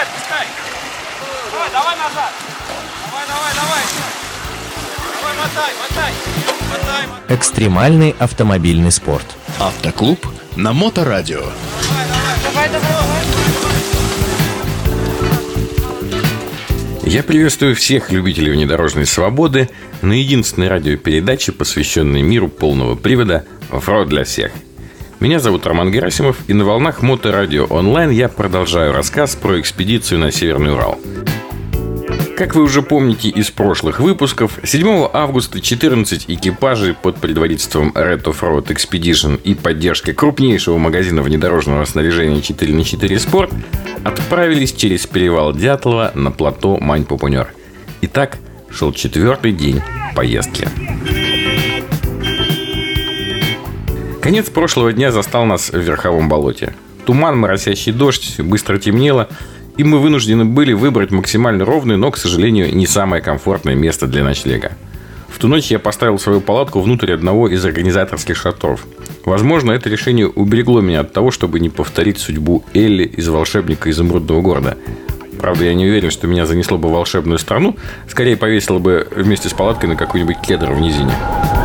отпускай. Давай назад. Давай. Мотай. Экстремальный автомобильный спорт. Автоклуб на Моторадио. Давай. Я приветствую всех любителей внедорожной свободы на единственной радиопередаче, посвященной миру полного привода «Оффроуд для всех». Меня зовут Роман Герасимов, и на волнах Моторадио онлайн я продолжаю рассказ про экспедицию на Северный Урал. Как вы уже помните из прошлых выпусков, 7 августа 14 экипажей под предводительством Red Off-Road Expedition и поддержкой крупнейшего магазина внедорожного снаряжения 4х4 Sport отправились через перевал Дятлова на плато Мань-Пупунер. Итак, шел 4-й день поездки. Конец прошлого дня застал нас в верховом болоте. Туман, моросящий дождь, быстро темнело, и мы вынуждены были выбрать максимально ровное, но, к сожалению, не самое комфортное место для ночлега. В ту ночь я поставил свою палатку внутрь одного из организаторских шатров. Возможно, это решение уберегло меня от того, чтобы не повторить судьбу Элли из «Волшебника изумрудного города». Правда, я не уверен, что меня занесло бы в волшебную страну. Скорее, повесило бы вместе с палаткой на какой-нибудь кедр в низине.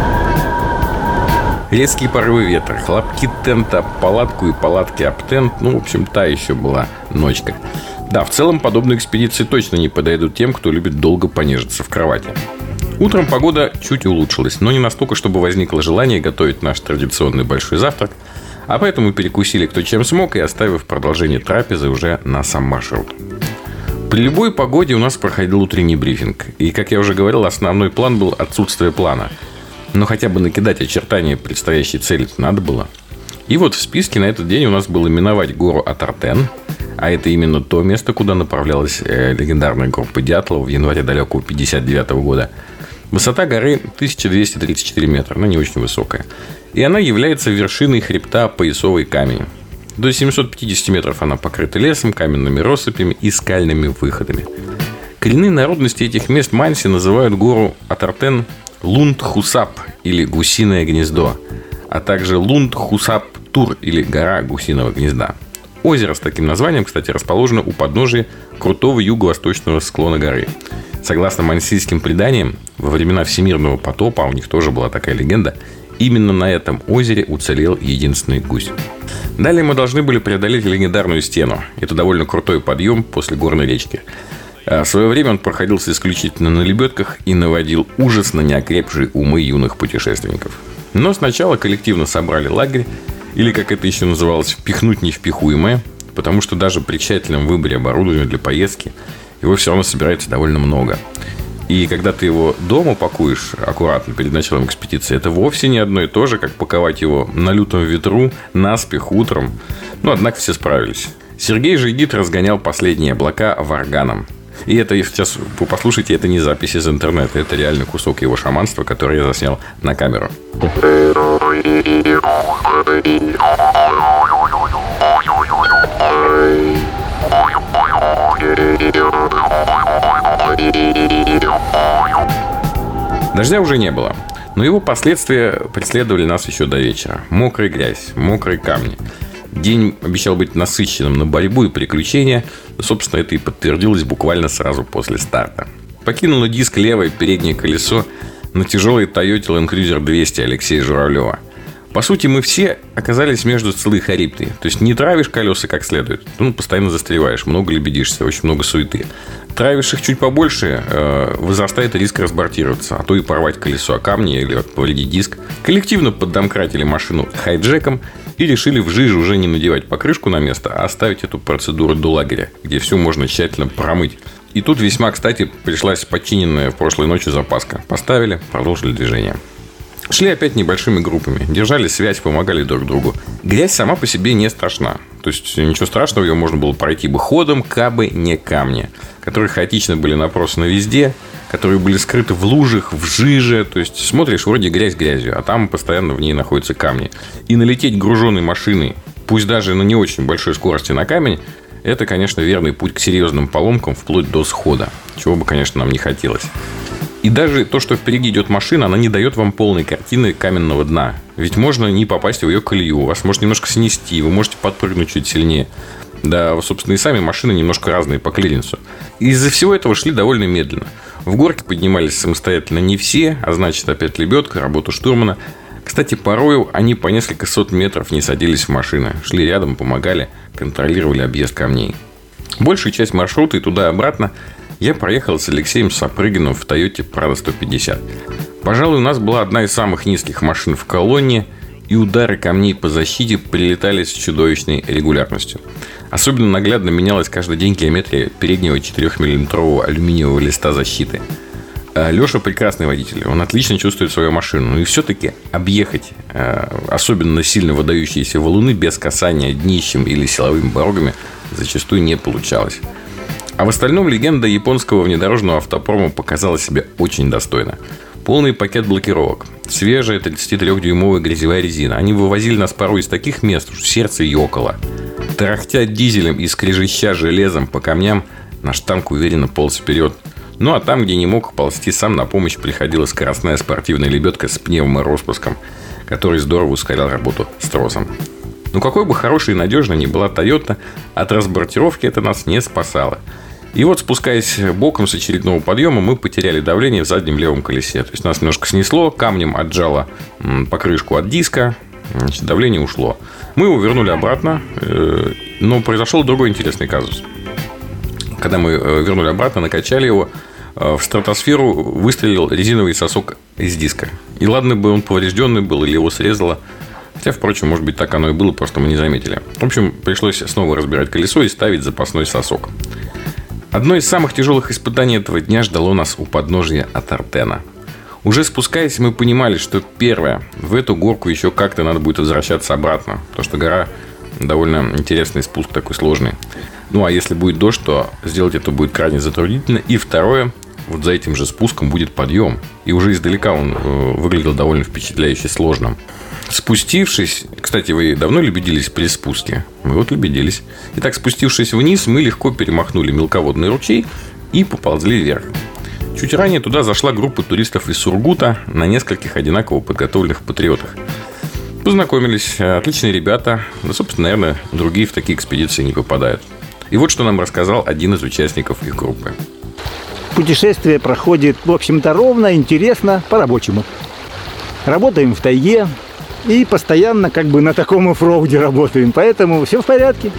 Резкие порывы ветра, хлопки тента об палатку и палатки об тент. В общем, та еще была ночка. Да, в целом подобные экспедиции точно не подойдут тем, кто любит долго понежиться в кровати. Утром погода чуть улучшилась, но не настолько, чтобы возникло желание готовить наш традиционный большой завтрак. А поэтому перекусили кто чем смог и оставив продолжение трапезы уже на сам маршрут. При любой погоде у нас проходил утренний брифинг. И, как я уже говорил, основной план был отсутствие плана. Но хотя бы накидать очертания предстоящей цели надо было. И вот в списке на этот день у нас было миновать гору Атартен. А это именно то место, куда направлялась легендарная группа Дятлова в январе далекого 1959 года. Высота горы 1234 метра, но не очень высокая. И она является вершиной хребта Поясовый камень. До 750 метров она покрыта лесом, каменными россыпями и скальными выходами. Коренные народности этих мест Манси называют гору Атартен Лунд-Хусап или Гусиное гнездо, а также Лунд-Хусап-Тур или гора Гусиного гнезда. Озеро с таким названием, кстати, расположено у подножия крутого юго-восточного склона горы. Согласно мансийским преданиям, во времена всемирного потопа, а у них тоже была такая легенда, именно на этом озере уцелел единственный гусь. Далее мы должны были преодолеть легендарную стену. Это довольно крутой подъем после горной речки. В свое время он проходился исключительно на лебедках и наводил ужас на неокрепшие умы юных путешественников. Но сначала коллективно собрали лагерь, или, как это еще называлось, впихнуть невпихуемое, потому что даже при тщательном выборе оборудования для поездки его все равно собирается довольно много. И когда ты его дома пакуешь аккуратно перед началом экспедиции, это вовсе не одно и то же, как паковать его на лютом ветру, наспех, утром. Однако все справились. Сергей же Эдит разгонял последние облака варганом. И это, сейчас вы послушайте, это не запись из интернета, это реально кусок его шаманства, который я заснял на камеру. Дождя уже не было, но его последствия преследовали нас еще до вечера. Мокрая грязь, мокрые камни. День обещал быть насыщенным на борьбу и приключения. Собственно, это и подтвердилось буквально сразу после старта. Покинуло диск левое переднее колесо на тяжелой Toyota Land Cruiser 200 Алексея Журавлева. По сути, мы все оказались между Сциллой и Харибдой. То есть не травишь колеса как следует, постоянно застреваешь, много лебедишься, очень много суеты. Травишь их чуть побольше, возрастает риск разбортироваться, а то и порвать колесо о камни или повредить диск. Коллективно поддомкратили машину хайджеком и решили в жиже уже не надевать покрышку на место, а оставить эту процедуру до лагеря, где все можно тщательно промыть. И тут весьма кстати пришлась подчиненная в прошлой ночью запаска. Поставили, продолжили движение. Шли опять небольшими группами, держали связь, помогали друг другу. Грязь сама по себе не страшна. То есть ничего страшного, ее можно было пройти бы ходом, кабы не камни, которые хаотично были набросаны везде, которые были скрыты в лужах, в жиже. То есть смотришь, вроде грязь грязью, а там постоянно в ней находятся камни. И налететь груженной машиной, пусть даже на не очень большой скорости на камень, это, конечно, верный путь к серьезным поломкам вплоть до схода, чего бы, конечно, нам не хотелось. И даже то, что впереди идет машина, она не дает вам полной картины каменного дна. Ведь можно не попасть в ее колею, вас может немножко снести, вы можете подпрыгнуть чуть сильнее. Да, собственно, и сами машины немножко разные по клиренсу. Из-за всего этого шли довольно медленно. В горке поднимались самостоятельно не все, а значит, опять лебедка, работа штурмана. Кстати, порою они по несколько сот метров не садились в машины. Шли рядом, помогали, контролировали объезд камней. Большую часть маршрута и туда и обратно я проехал с Алексеем Сапрыгиным в Toyota Prado 150. Пожалуй, у нас была одна из самых низких машин в колонне, и удары камней по защите прилетали с чудовищной регулярностью. Особенно наглядно менялась каждый день геометрия переднего 4-мм алюминиевого листа защиты. Леша прекрасный водитель, он отлично чувствует свою машину. Но и все-таки объехать особенно сильно выдающиеся валуны без касания днищем или силовыми порогами зачастую не получалось. А в остальном легенда японского внедорожного автопрома показала себя очень достойно. Полный пакет блокировок, свежая 33-дюймовая грязевая резина. Они вывозили нас порой из таких мест, что сердце ёкало. Тарахтя дизелем и скрежеща железом по камням, наш танк уверенно полз вперед. Ну а там, где не мог ползти сам, на помощь приходила скоростная спортивная лебедка с пневмороспуском, который здорово ускорял работу с тросом. Но какой бы хорошей и надежной ни была Toyota, от разбортировки это нас не спасало. И вот, спускаясь боком с очередного подъема, мы потеряли давление в заднем левом колесе. То есть нас немножко снесло, камнем отжало покрышку от диска, значит, давление ушло. Мы его вернули обратно, но произошел другой интересный казус. Когда мы вернули обратно, накачали его, в стратосферу выстрелил резиновый сосок из диска. И ладно бы он поврежденный был или его срезало. Хотя, впрочем, может быть, так оно и было, просто мы не заметили. В общем, пришлось снова разбирать колесо и ставить запасной сосок. Одно из самых тяжелых испытаний этого дня ждало нас у подножия Атартена. Уже спускаясь, мы понимали, что первое, в эту горку еще как-то надо будет возвращаться обратно, потому что гора довольно интересный, спуск такой сложный. Ну, а если будет дождь, то сделать это будет крайне затруднительно. И второе, вот за этим же спуском будет подъем. И уже издалека он выглядел довольно впечатляюще сложным. Спустившись, кстати, вы давно лебедились при спуске? Мы вот лебедились. Итак, спустившись вниз, мы легко перемахнули мелководный ручей и поползли вверх. Чуть ранее туда зашла группа туристов из Сургута на нескольких одинаково подготовленных патриотах. Познакомились, отличные ребята. Да, собственно, наверное, другие в такие экспедиции не попадают. И вот что нам рассказал один из участников их группы. Путешествие проходит, в общем-то, ровно, интересно, по-рабочему. Работаем в тайге. И постоянно как бы на таком оффроуде работаем. Поэтому все в порядке.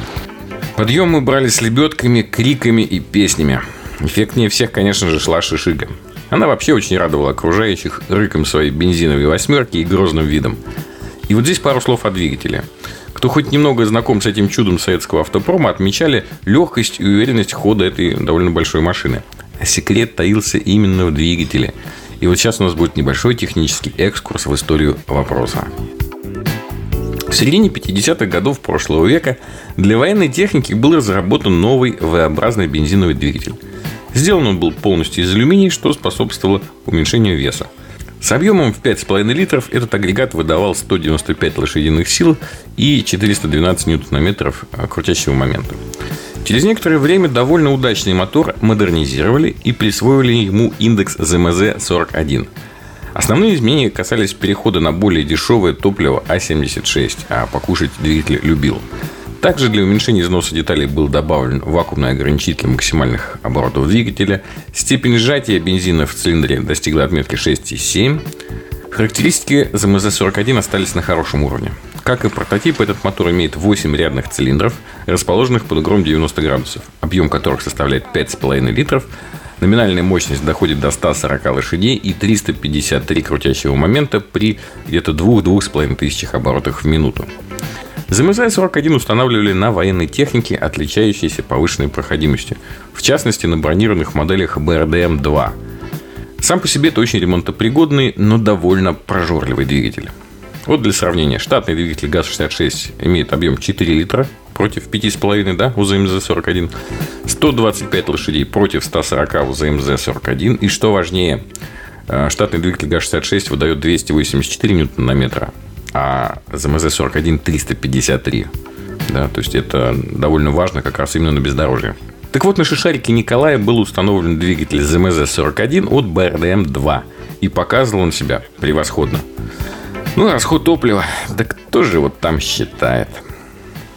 Подъем мы брали с лебедками, криками и песнями. Эффектнее всех, конечно же, шла Шишига. Она вообще очень радовала окружающих рыком своей бензиновой восьмерки и грозным видом. И вот здесь пару слов о двигателе. Кто хоть немного знаком с этим чудом советского автопрома, отмечали легкость и уверенность хода этой довольно большой машины. А секрет таился именно в двигателе. И вот сейчас у нас будет небольшой технический экскурс в историю вопроса. В середине 50-х годов прошлого века для военной техники был разработан новый V-образный бензиновый двигатель. Сделан он был полностью из алюминия, что способствовало уменьшению веса. С объемом в 5,5 литров этот агрегат выдавал 195 лошадиных сил и 412 ньютон-метров крутящего момента. Через некоторое время довольно удачный мотор модернизировали и присвоили ему индекс ЗМЗ-41. Основные изменения касались перехода на более дешевое топливо А-76, а покушать двигатель любил. Также для уменьшения износа деталей был добавлен вакуумный ограничитель максимальных оборотов двигателя. Степень сжатия бензина в цилиндре достигла отметки 6,7. Характеристики ЗМЗ-41 остались на хорошем уровне. Как и прототип, этот мотор имеет 8 рядных цилиндров, расположенных под углом 90 градусов, объем которых составляет 5,5 литров. Номинальная мощность доходит до 140 лошадей и 353 крутящего момента при где-то 2-2,5 тысячах оборотах в минуту. ЗМЗ-41 устанавливали на военной технике, отличающейся повышенной проходимостью. В частности, на бронированных моделях БРДМ-2. Сам по себе это очень ремонтопригодный, но довольно прожорливый двигатель. Вот для сравнения, штатный двигатель ГАЗ-66 имеет объем 4 литра против 5,5, да, у ЗМЗ-41. 125 лошадей против 140 у ЗМЗ-41. И что важнее, штатный двигатель ГАЗ-66 выдает 284 ньютона-метра, а ЗМЗ-41 353. Да, то есть это довольно важно как раз именно на бездорожье. Так вот, на шишарике Николая был установлен двигатель ЗМЗ-41 от БРДМ-2. И показывал он себя превосходно. Ну, расход топлива, да кто же вот там считает?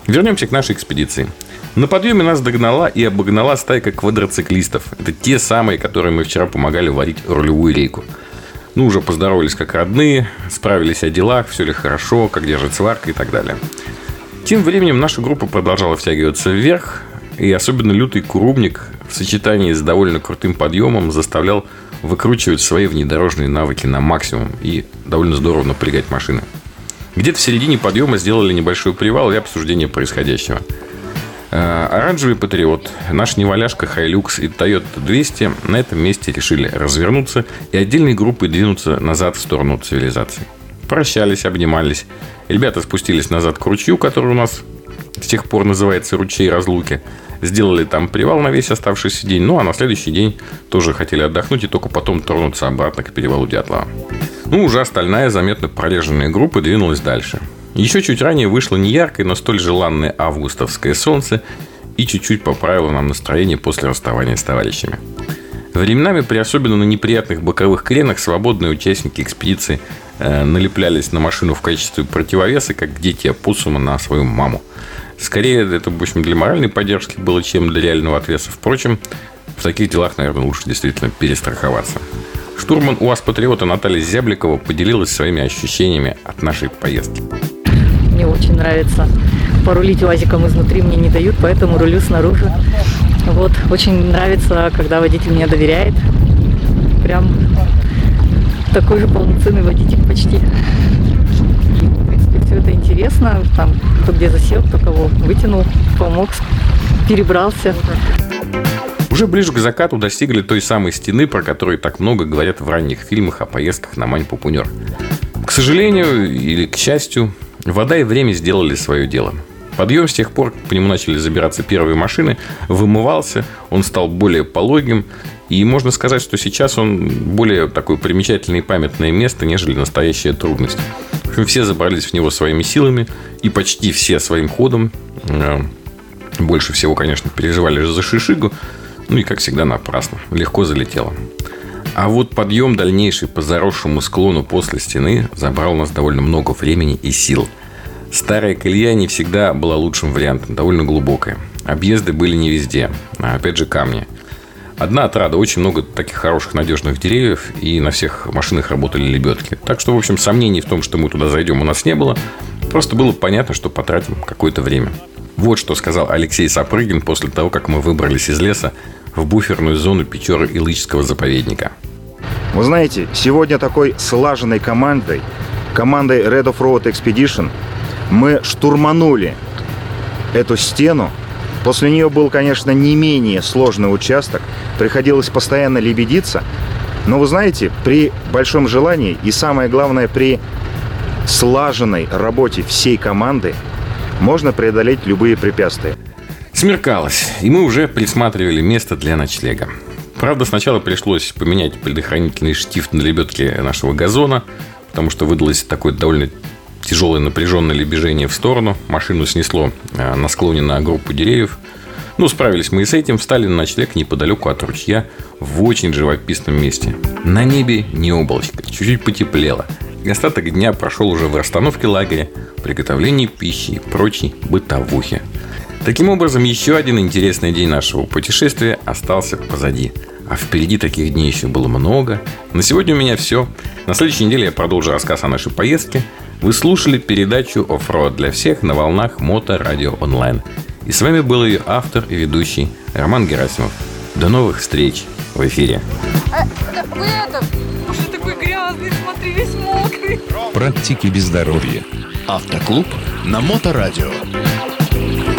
Вернемся к нашей экспедиции. На подъеме нас догнала и обогнала стайка квадроциклистов. Это те самые, которые мы вчера помогали варить рулевую рейку. Ну, уже поздоровались как родные, справились о делах, все ли хорошо, как держит сварка и так далее. Тем временем наша группа продолжала втягиваться вверх, и особенно лютый курубник в сочетании с довольно крутым подъемом заставлял выкручивать свои внедорожные навыки на максимум и довольно здорово напрягать машины. Где-то в середине подъема сделали небольшой привал и обсуждение происходящего. Оранжевый Патриот, наш неваляшка Хайлюкс и Toyota 200 на этом месте решили развернуться и отдельной группой двинуться назад в сторону цивилизации. Прощались, обнимались. Ребята спустились назад к ручью, который у нас с тех пор называется ручей разлуки. Сделали там привал на весь оставшийся день. Ну, а на следующий день тоже хотели отдохнуть и только потом тронуться обратно к перевалу Дятлова. Ну, уже остальная, заметно прореженная группа двинулась дальше. Еще чуть ранее вышло неяркое, но столь желанное августовское солнце и чуть-чуть поправило нам настроение после расставания с товарищами. Временами при особенно неприятных боковых кренах свободные участники экспедиции налеплялись на машину в качестве противовеса, как дети опуссума на свою маму. Скорее, это, в общем, для моральной поддержки было, чем для реального отвеса. Впрочем, в таких делах, наверное, лучше действительно перестраховаться. Штурман УАЗ «Патриота» Наталья Зябликова поделилась своими ощущениями от нашей поездки. Мне очень нравится. Порулить УАЗиком изнутри мне не дают, поэтому рулю снаружи. Вот. Очень нравится, когда водитель мне доверяет. Прям такой же полноценный водитель почти. И, в принципе, все это интересно. Там кто где засел, кто кого вытянул, помог, перебрался. Уже ближе к закату достигли той самой стены, про которую так много говорят в ранних фильмах о поездках на Мань-Пупунер. К сожалению или к счастью, вода и время сделали свое дело. Подъем с тех пор, как по нему начали забираться первые машины, вымывался, он стал более пологим. И можно сказать, что сейчас он более такое примечательное и памятное место, нежели настоящая трудность. В общем, все забрались в него своими силами и почти все своим ходом. Больше всего, конечно, переживали за Шишигу. Ну и, как всегда, напрасно. Легко залетело. А вот подъем дальнейший по заросшему склону после стены забрал у нас довольно много времени и сил. Старая колея не всегда была лучшим вариантом, довольно глубокая. Объезды были не везде, а опять же камни. Одна отрада, очень много таких хороших надежных деревьев, и на всех машинах работали лебедки. Так что, в общем, сомнений в том, что мы туда зайдем, у нас не было. Просто было понятно, что потратим какое-то время. Вот что сказал Алексей Сапрыгин после того, как мы выбрались из леса в буферную зону Печоры-Илычского заповедника. Вы знаете, сегодня такой слаженной командой Red Off-Road Expedition, мы штурманули эту стену. После нее был, конечно, не менее сложный участок. Приходилось постоянно лебедиться. Но вы знаете, при большом желании и, самое главное, при слаженной работе всей команды можно преодолеть любые препятствия. Смеркалось, и мы уже присматривали место для ночлега. Правда, сначала пришлось поменять предохранительный штифт на лебедке нашего газона, потому что выдалось такое довольно тяжелое напряженное лебежение в сторону. Машину снесло на склоне на группу деревьев. Ну, справились мы и с этим. Встали на ночлег неподалеку от ручья в очень живописном месте. На небе не облачко, чуть-чуть потеплело. И остаток дня прошел уже в расстановке лагеря, приготовлении пищи и прочей бытовухе. Таким образом, еще один интересный день нашего путешествия остался позади. А впереди таких дней еще было много. На сегодня у меня все. На следующей неделе я продолжу рассказ о нашей поездке. Вы слушали передачу «Оффроуд для всех» на волнах Моторадио Онлайн. И с вами был ее автор и ведущий Роман Герасимов. До новых встреч в эфире. Вы уже такой грязный, смотри, весь мокрый. Практики без здоровья. Автоклуб на Моторадио.